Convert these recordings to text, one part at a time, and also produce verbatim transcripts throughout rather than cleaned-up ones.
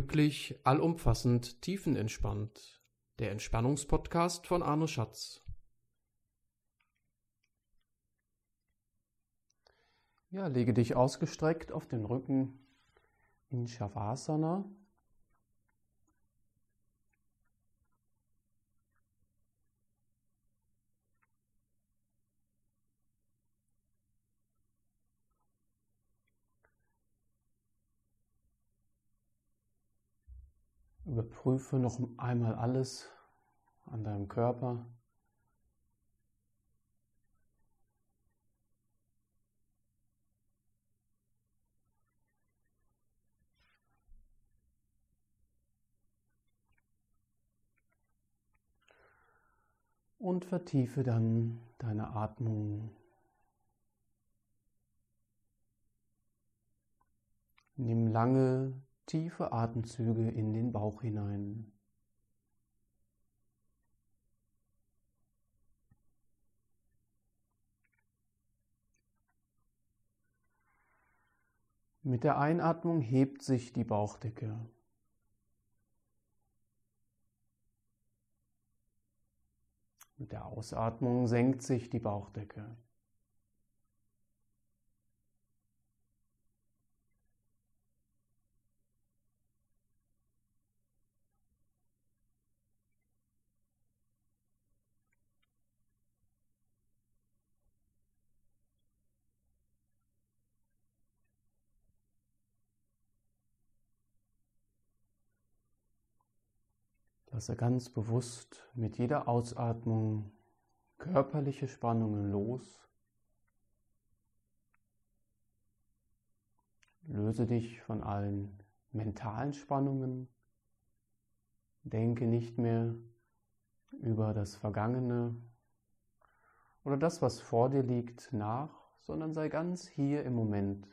Glücklich, allumfassend, tiefenentspannt. Der Entspannungspodcast von Arno Schatz. Ja, lege dich ausgestreckt auf den Rücken in Shavasana. Überprüfe noch einmal alles an deinem Körper. Und vertiefe dann deine Atmung. Nimm lange, tiefe Atemzüge in den Bauch hinein. Mit der Einatmung hebt sich die Bauchdecke. Mit der Ausatmung senkt sich die Bauchdecke. Lasse ganz bewusst mit jeder Ausatmung körperliche Spannungen los. Löse dich von allen mentalen Spannungen. Denke nicht mehr über das Vergangene oder das, was vor dir liegt, nach, sondern sei ganz hier im Moment.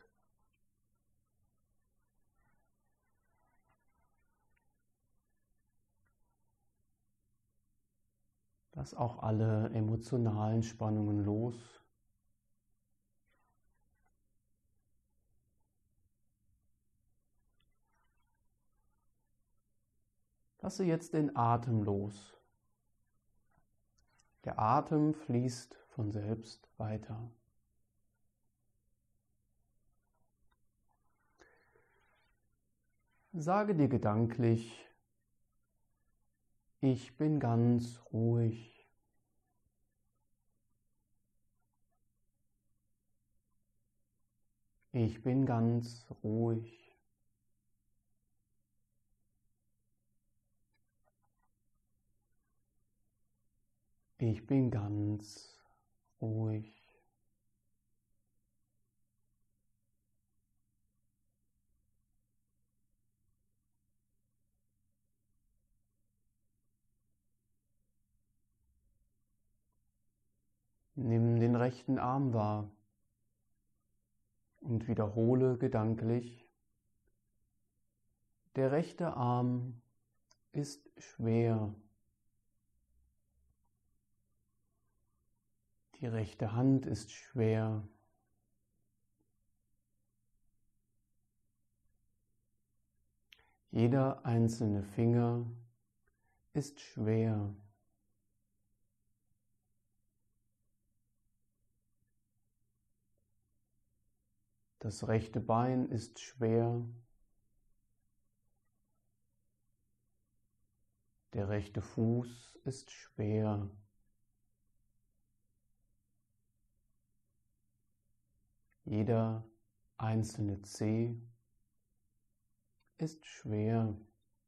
Lass auch alle emotionalen Spannungen los. Lasse jetzt den Atem los. Der Atem fließt von selbst weiter. Sage dir gedanklich: Ich bin ganz ruhig. Ich bin ganz ruhig. Ich bin ganz ruhig. Nimm den rechten Arm wahr und wiederhole gedanklich: Der rechte Arm ist schwer. Die rechte Hand ist schwer. Jeder einzelne Finger ist schwer. Das rechte Bein ist schwer. Der rechte Fuß ist schwer. Jeder einzelne Zeh ist schwer.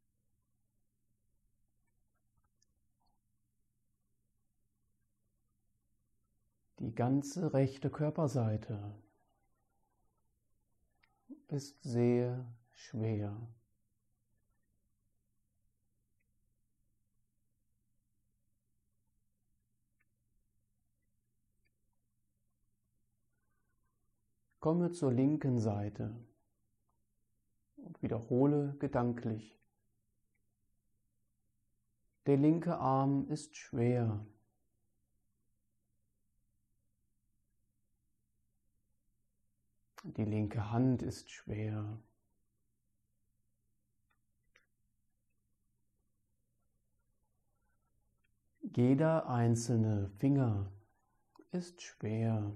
Die ganze rechte Körperseite ist sehr schwer. Komme zur linken Seite und wiederhole gedanklich: Der linke Arm ist schwer. Die linke Hand ist schwer. Jeder einzelne Finger ist schwer.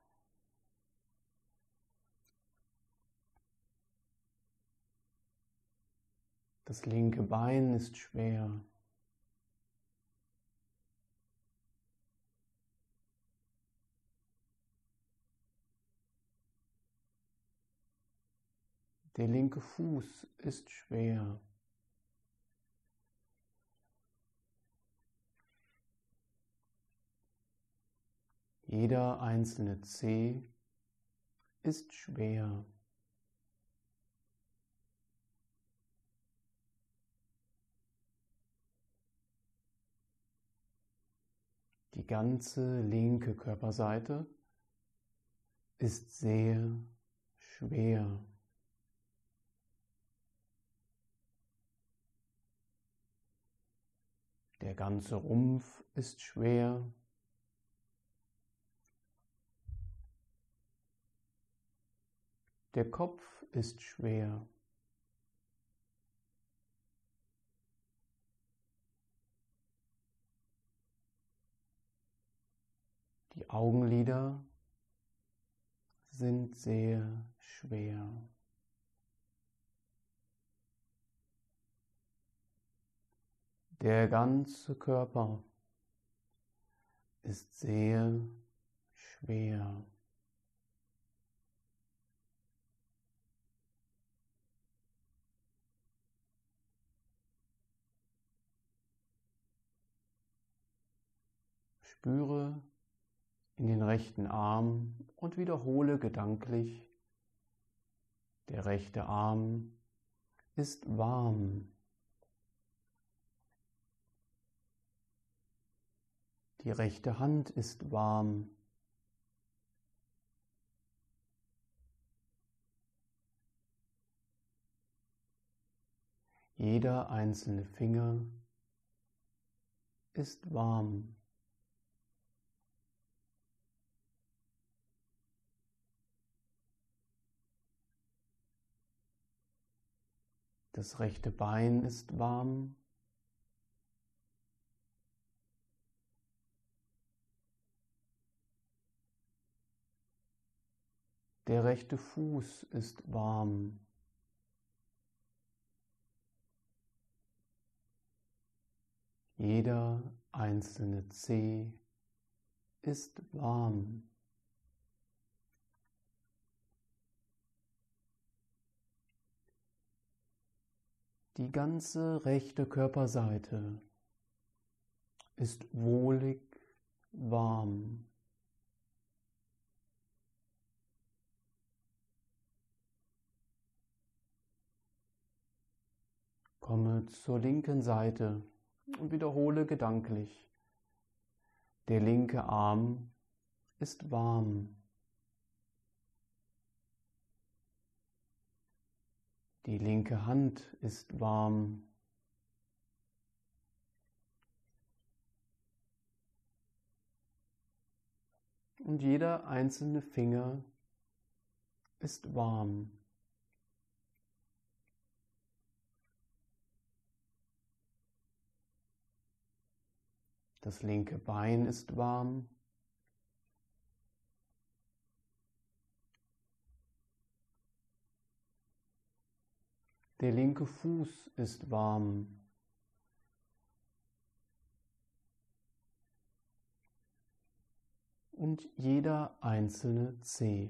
Das linke Bein ist schwer. Der linke Fuß ist schwer. Jeder einzelne Zeh ist schwer. Die ganze linke Körperseite ist sehr schwer. Der ganze Rumpf ist schwer. Der Kopf ist schwer. Die Augenlider sind sehr schwer. Der ganze Körper ist sehr schwer. Spüre in den rechten Arm und wiederhole gedanklich: Der rechte Arm ist warm. Die rechte Hand ist warm. Jeder einzelne Finger ist warm. Das rechte Bein ist warm. Der rechte Fuß ist warm. Jeder einzelne Zeh ist warm. Die ganze rechte Körperseite ist wohlig warm. Komme zur linken Seite und wiederhole gedanklich: Der linke Arm ist warm. Die linke Hand ist warm. Und jeder einzelne Finger ist warm. Das linke Bein ist warm. Der linke Fuß ist warm. Und jeder einzelne Zeh.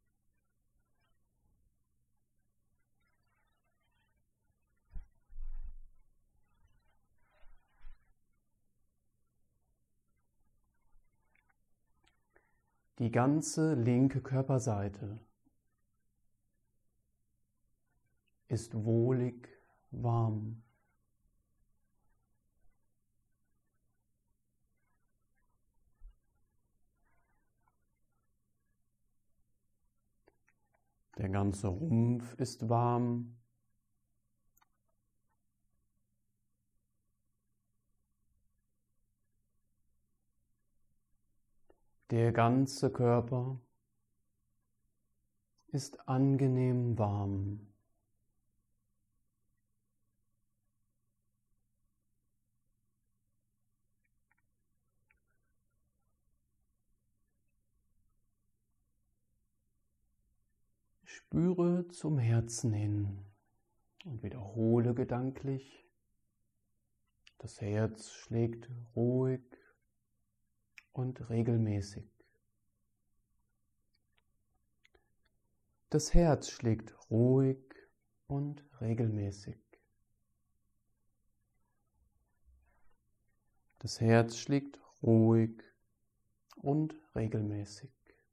Die ganze linke Körperseite ist wohlig warm. Der ganze Rumpf ist warm. Der ganze Körper ist angenehm warm. Spüre zum Herzen hin und wiederhole gedanklich: Das Herz schlägt ruhig und regelmäßig. Das Herz schlägt ruhig und regelmäßig. Das Herz schlägt ruhig und regelmäßig.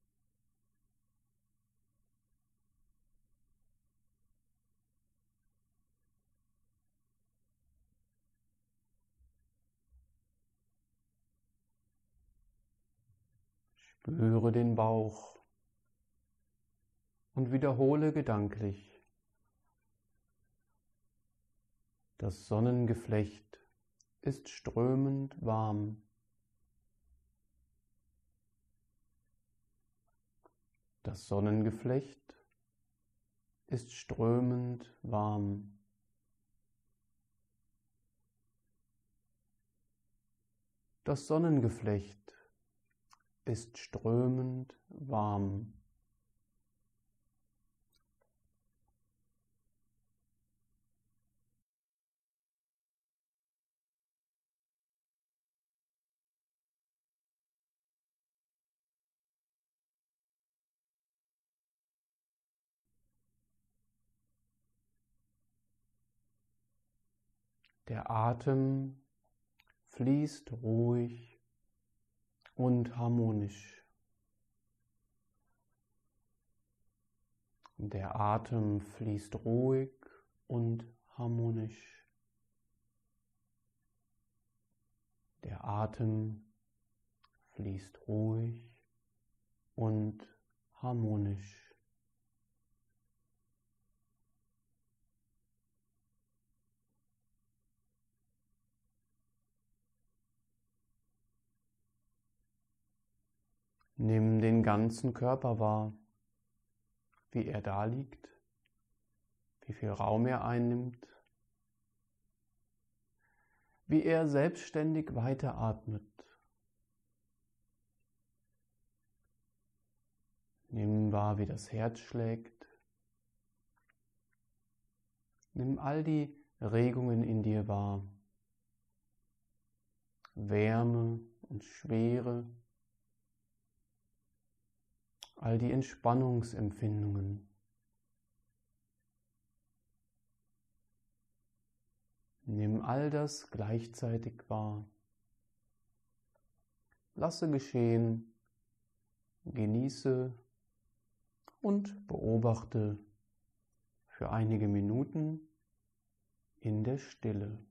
Spüre den Bauch und wiederhole gedanklich: Das Sonnengeflecht ist strömend warm. Das Sonnengeflecht ist strömend warm. Das Sonnengeflecht ist strömend warm. Der Atem fließt ruhig und harmonisch. Der Atem fließt ruhig und harmonisch. Der Atem fließt ruhig und harmonisch. Nimm den ganzen Körper wahr, wie er da liegt, wie viel Raum er einnimmt, wie er selbstständig weiteratmet. Nimm wahr, wie das Herz schlägt. Nimm all die Regungen in dir wahr. Wärme und Schwere. All die Entspannungsempfindungen. Nimm all das gleichzeitig wahr. Lasse geschehen, genieße und beobachte für einige Minuten in der Stille.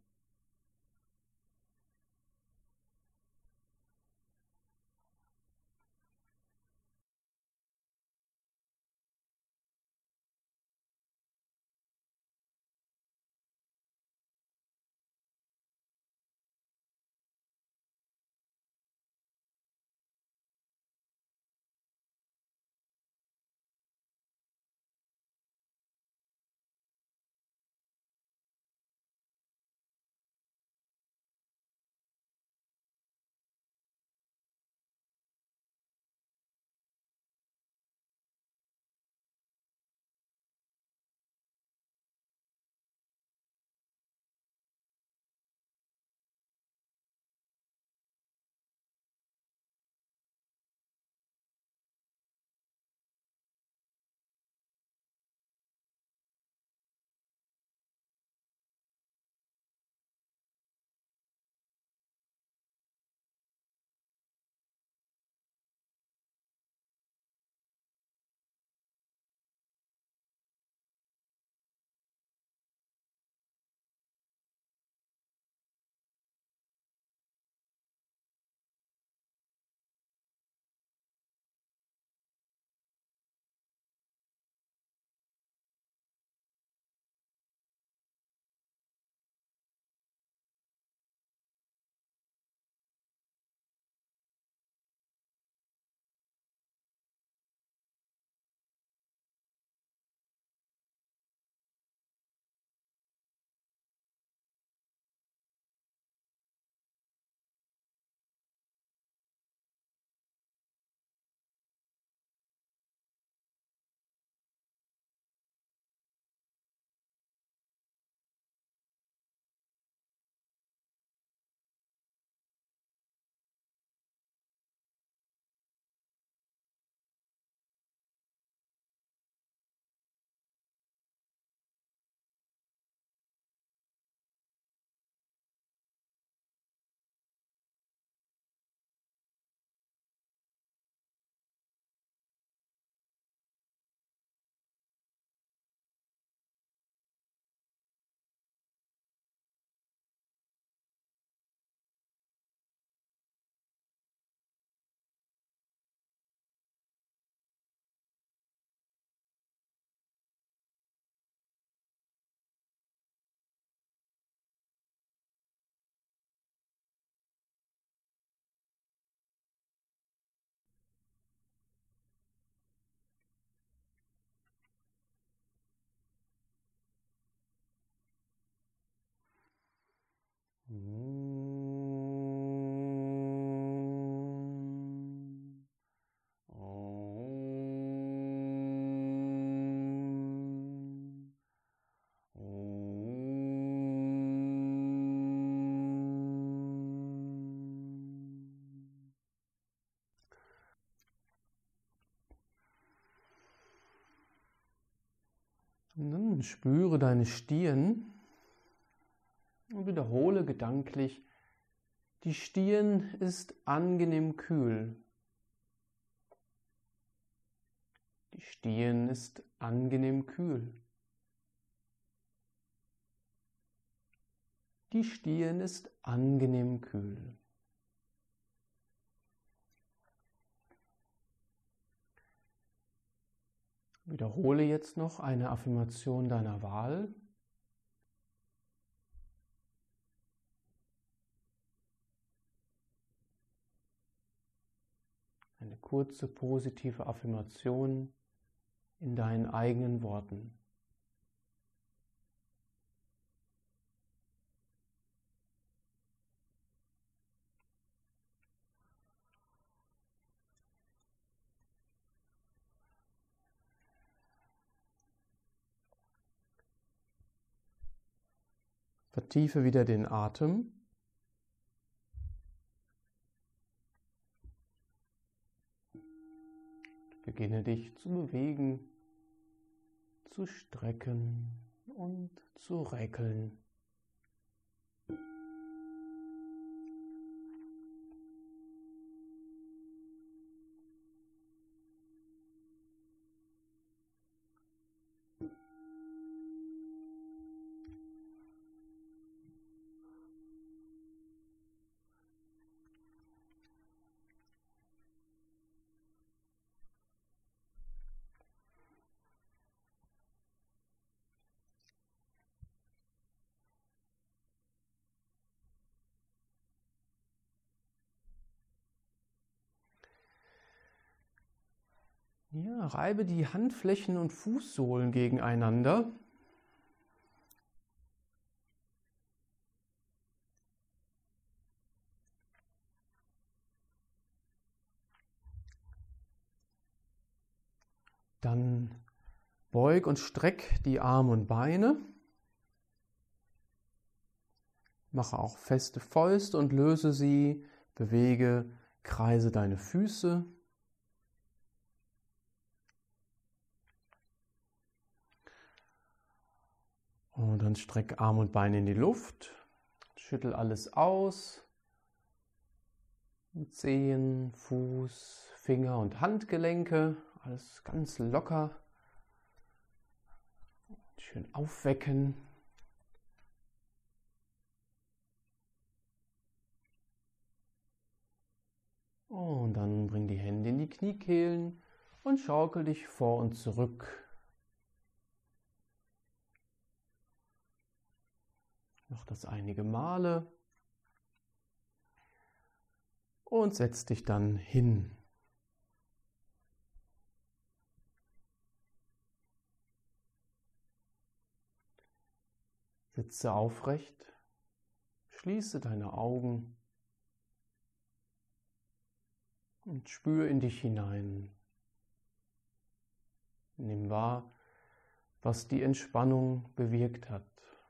Und dann spüre deine Stirn und wiederhole gedanklich: Die Stirn ist angenehm kühl. Die Stirn ist angenehm kühl. Die Stirn ist angenehm kühl. Wiederhole jetzt noch eine Affirmation deiner Wahl. Eine kurze positive Affirmation in deinen eigenen Worten. Vertiefe wieder den Atem. Beginne dich zu bewegen, zu strecken und zu reckeln. Ja, reibe die Handflächen und Fußsohlen gegeneinander. Dann beug und streck die Arme und Beine. Mache auch feste Fäuste und löse sie. Bewege, kreise deine Füße. Und dann streck Arme und Beine in die Luft. Schüttel alles aus. Zehen, Fuß, Finger und Handgelenke. Alles ganz locker. Schön aufwecken. Und dann bring die Hände in die Kniekehlen und schaukel dich vor und zurück. Mach das einige Male und setz dich dann hin. Sitze aufrecht, schließe deine Augen und spür in dich hinein. Nimm wahr, was die Entspannung bewirkt hat.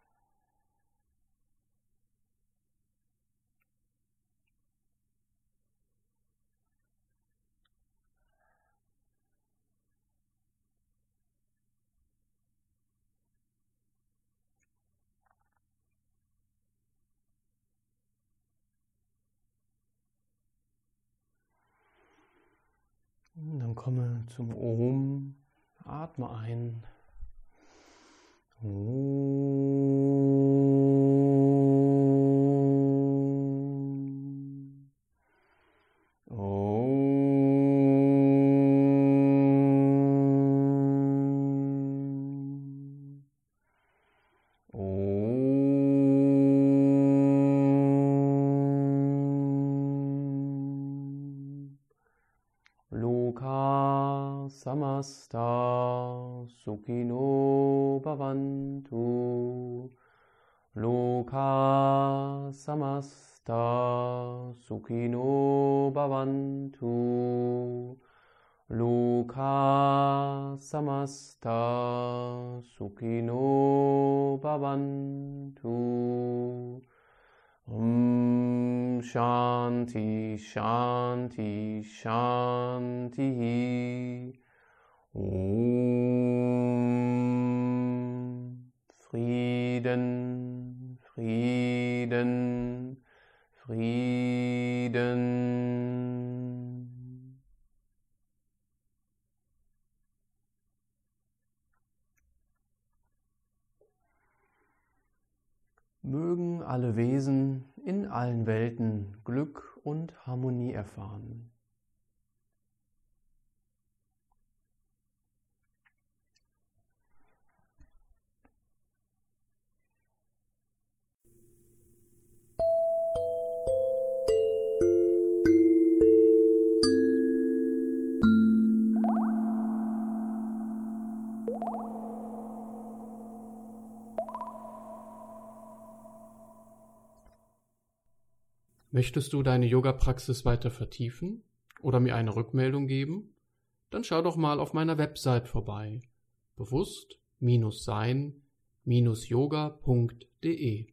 Und dann komme zum Om, atme ein. Om. Om. Om. Loka samasta sukhino bhavantu. Loka samasta sukhino bhavantu. Loka samasta sukhino bhavantu. Om Shanti Shanti Shanti. Om Frieden, Frieden, Frieden. Mögen alle Wesen in allen Welten Glück und Harmonie erfahren. Möchtest du deine Yoga-Praxis weiter vertiefen oder mir eine Rückmeldung geben? Dann schau doch mal auf meiner Website vorbei. bewusst Bindestrich sein Bindestrich yoga Punkt de